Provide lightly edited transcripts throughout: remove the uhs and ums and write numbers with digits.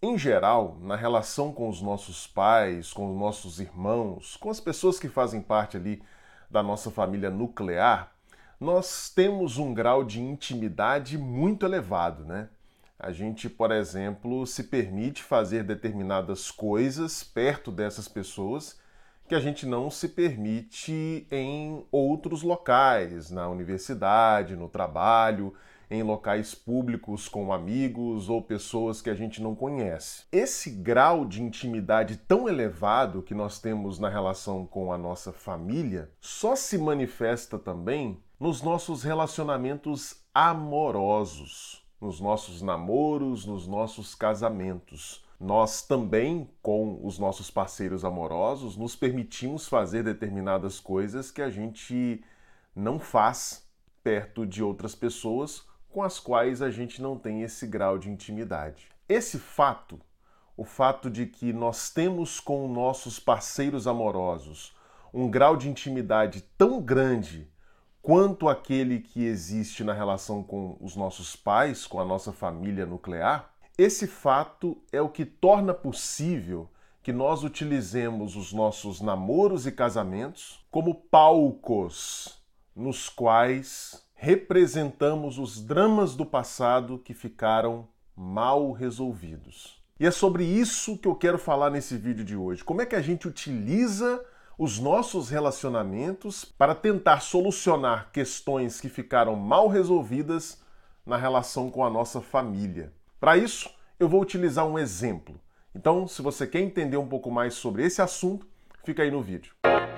Em geral, na relação com os nossos pais, com os nossos irmãos, com as pessoas que fazem parte ali da nossa família nuclear, nós temos um grau de intimidade muito elevado, né? A gente, por exemplo, se permite fazer determinadas coisas perto dessas pessoas que a gente não se permite em outros locais, na universidade, no trabalho, em locais públicos com amigos ou pessoas que a gente não conhece. Esse grau de intimidade tão elevado que nós temos na relação com a nossa família só se manifesta também nos nossos relacionamentos amorosos, nos nossos namoros, nos nossos casamentos. Nós também, com os nossos parceiros amorosos, nos permitimos fazer determinadas coisas que a gente não faz perto de outras pessoas com as quais a gente não tem esse grau de intimidade. Esse fato, o fato de que nós temos com nossos parceiros amorosos um grau de intimidade tão grande quanto aquele que existe na relação com os nossos pais, com a nossa família nuclear, esse fato é o que torna possível que nós utilizemos os nossos namoros e casamentos como palcos nos quais representamos os dramas do passado que ficaram mal resolvidos. E é sobre isso que eu quero falar nesse vídeo de hoje. Como é que a gente utiliza os nossos relacionamentos para tentar solucionar questões que ficaram mal resolvidas na relação com a nossa família. Para isso, eu vou utilizar um exemplo. Então, se você quer entender um pouco mais sobre esse assunto, fica aí no vídeo.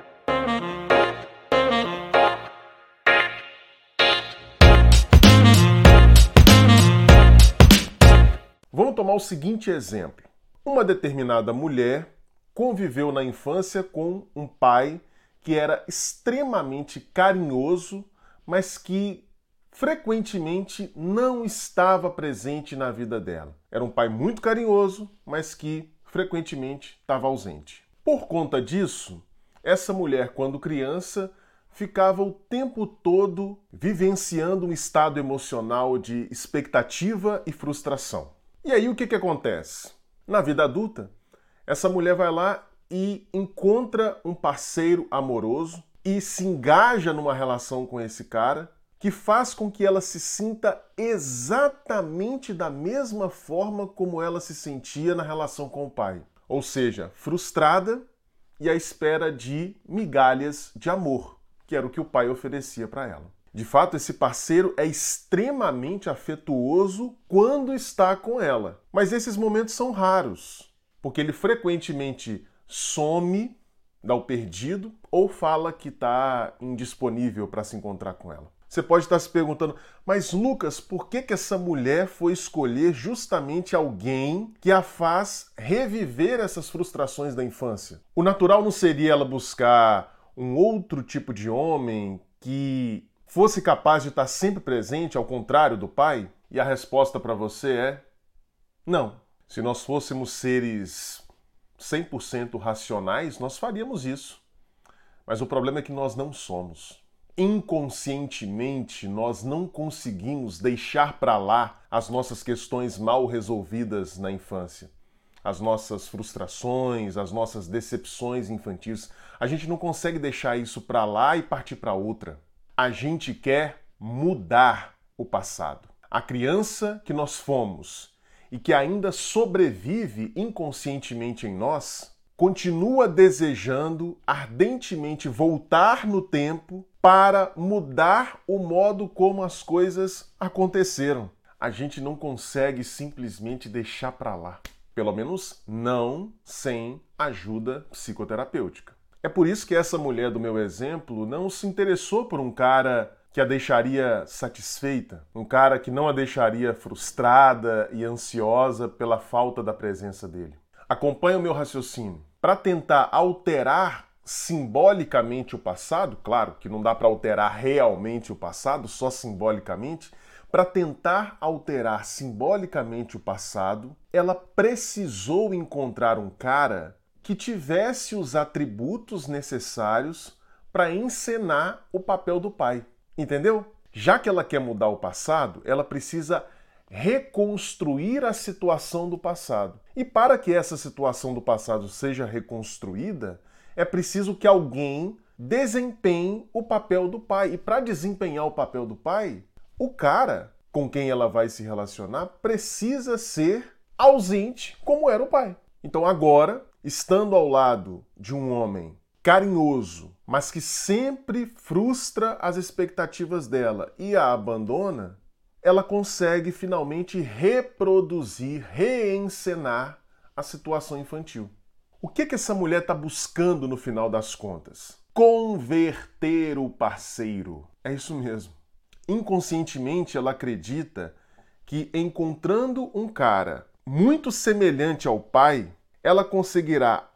Vamos tomar o seguinte exemplo. Uma determinada mulher conviveu na infância com um pai que era extremamente carinhoso, mas que frequentemente não estava presente na vida dela. Era um pai muito carinhoso, mas que frequentemente estava ausente. Por conta disso, essa mulher, quando criança, ficava o tempo todo vivenciando um estado emocional de expectativa e frustração. E aí o que acontece? Na vida adulta, essa mulher vai lá e encontra um parceiro amoroso e se engaja numa relação com esse cara que faz com que ela se sinta exatamente da mesma forma como ela se sentia na relação com o pai. Ou seja, frustrada e à espera de migalhas de amor, que era o que o pai oferecia para ela. De fato, esse parceiro é extremamente afetuoso quando está com ela. Mas esses momentos são raros, porque ele frequentemente some, dá o perdido, ou fala que está indisponível para se encontrar com ela. Você pode estar se perguntando, mas Lucas, por que essa mulher foi escolher justamente alguém que a faz reviver essas frustrações da infância? O natural não seria ela buscar um outro tipo de homem que fosse capaz de estar sempre presente, ao contrário do pai? E a resposta para você é não. Se nós fôssemos seres 100% racionais, nós faríamos isso. Mas o problema é que nós não somos. Inconscientemente, nós não conseguimos deixar para lá as nossas questões mal resolvidas na infância. As nossas frustrações, as nossas decepções infantis. A gente não consegue deixar isso para lá e partir para outra. A gente quer mudar o passado. A criança que nós fomos e que ainda sobrevive inconscientemente em nós, continua desejando ardentemente voltar no tempo para mudar o modo como as coisas aconteceram. A gente não consegue simplesmente deixar para lá. Pelo menos não sem ajuda psicoterapêutica. É por isso que essa mulher do meu exemplo não se interessou por um cara que a deixaria satisfeita, um cara que não a deixaria frustrada e ansiosa pela falta da presença dele. Acompanhe o meu raciocínio. Para tentar alterar simbolicamente o passado, claro que não dá para alterar realmente o passado, só simbolicamente, para tentar alterar simbolicamente o passado, ela precisou encontrar um cara que tivesse os atributos necessários para encenar o papel do pai. Entendeu? Já que ela quer mudar o passado, ela precisa reconstruir a situação do passado. E para que essa situação do passado seja reconstruída, é preciso que alguém desempenhe o papel do pai. E para desempenhar o papel do pai, o cara com quem ela vai se relacionar precisa ser ausente como era o pai. Então agora, estando ao lado de um homem carinhoso, mas que sempre frustra as expectativas dela e a abandona, ela consegue finalmente reproduzir, reencenar a situação infantil. O que essa mulher está buscando no final das contas? Converter o parceiro. É isso mesmo. Inconscientemente, ela acredita que encontrando um cara muito semelhante ao pai, ela conseguirá,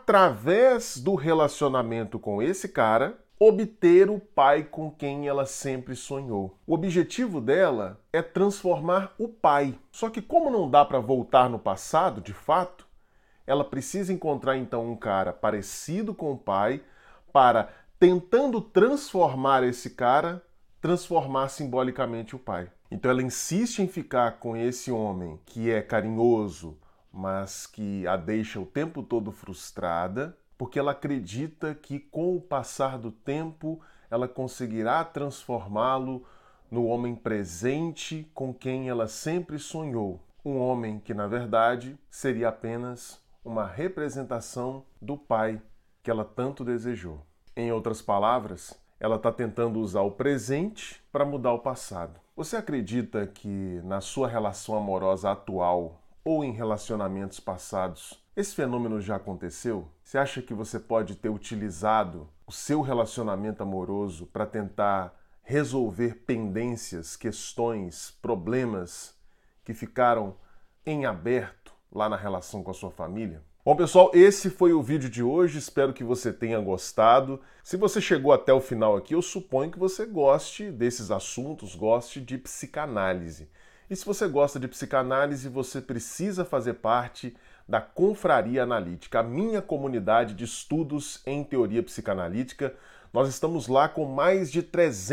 através do relacionamento com esse cara, obter o pai com quem ela sempre sonhou. O objetivo dela é transformar o pai. Só que como não dá para voltar no passado, de fato, ela precisa encontrar então um cara parecido com o pai para, tentando transformar esse cara, transformar simbolicamente o pai. Então ela insiste em ficar com esse homem que é carinhoso, mas que a deixa o tempo todo frustrada, porque ela acredita que com o passar do tempo ela conseguirá transformá-lo no homem presente com quem ela sempre sonhou. Um homem que, na verdade, seria apenas uma representação do pai que ela tanto desejou. Em outras palavras, ela está tentando usar o presente para mudar o passado. Você acredita que na sua relação amorosa atual ou em relacionamentos passados, esse fenômeno já aconteceu? Você acha que você pode ter utilizado o seu relacionamento amoroso para tentar resolver pendências, questões, problemas que ficaram em aberto lá na relação com a sua família? Bom, pessoal, esse foi o vídeo de hoje. Espero que você tenha gostado. Se você chegou até o final aqui, eu suponho que você goste desses assuntos, goste de psicanálise. E se você gosta de psicanálise, você precisa fazer parte da Confraria Analítica, a minha comunidade de estudos em teoria psicanalítica. Nós estamos lá com mais de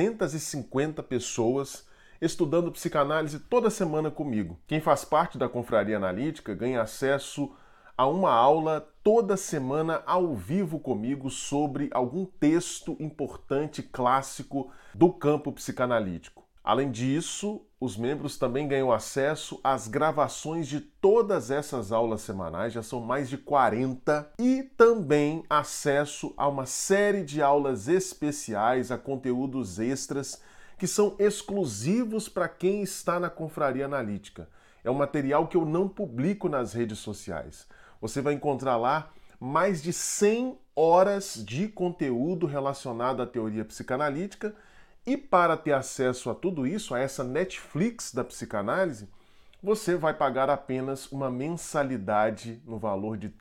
350 pessoas estudando psicanálise toda semana comigo. Quem faz parte da Confraria Analítica ganha acesso a uma aula toda semana ao vivo comigo sobre algum texto importante, clássico do campo psicanalítico. Além disso, os membros também ganham acesso às gravações de todas essas aulas semanais, já são mais de 40, e também acesso a uma série de aulas especiais, a conteúdos extras, que são exclusivos para quem está na Confraria Analítica. É um material que eu não publico nas redes sociais. Você vai encontrar lá mais de 100 horas de conteúdo relacionado à teoria psicanalítica. E para ter acesso a tudo isso, a essa Netflix da psicanálise, você vai pagar apenas uma mensalidade no valor de R$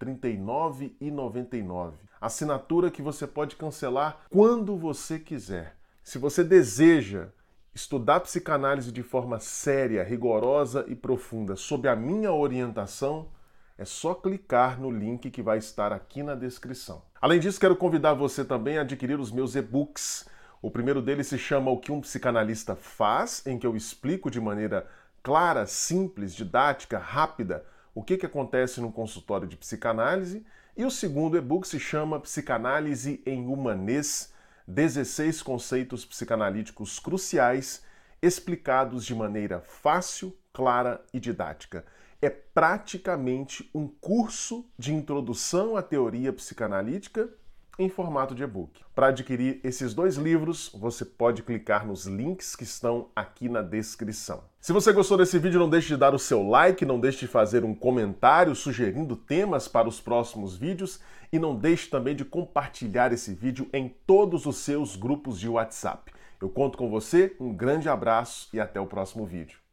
39,99. Assinatura que você pode cancelar quando você quiser. Se você deseja estudar psicanálise de forma séria, rigorosa e profunda, sob a minha orientação, é só clicar no link que vai estar aqui na descrição. Além disso, quero convidar você também a adquirir os meus e-books. O primeiro deles se chama O que um psicanalista faz, em que eu explico de maneira clara, simples, didática, rápida, o que acontece no consultório de psicanálise. E o segundo e-book se chama Psicanálise em Humanês, 16 conceitos psicanalíticos cruciais, explicados de maneira fácil, clara e didática. É praticamente um curso de introdução à teoria psicanalítica em formato de e-book. Para adquirir esses dois livros, você pode clicar nos links que estão aqui na descrição. Se você gostou desse vídeo, não deixe de dar o seu like, não deixe de fazer um comentário sugerindo temas para os próximos vídeos e não deixe também de compartilhar esse vídeo em todos os seus grupos de WhatsApp. Eu conto com você, um grande abraço e até o próximo vídeo.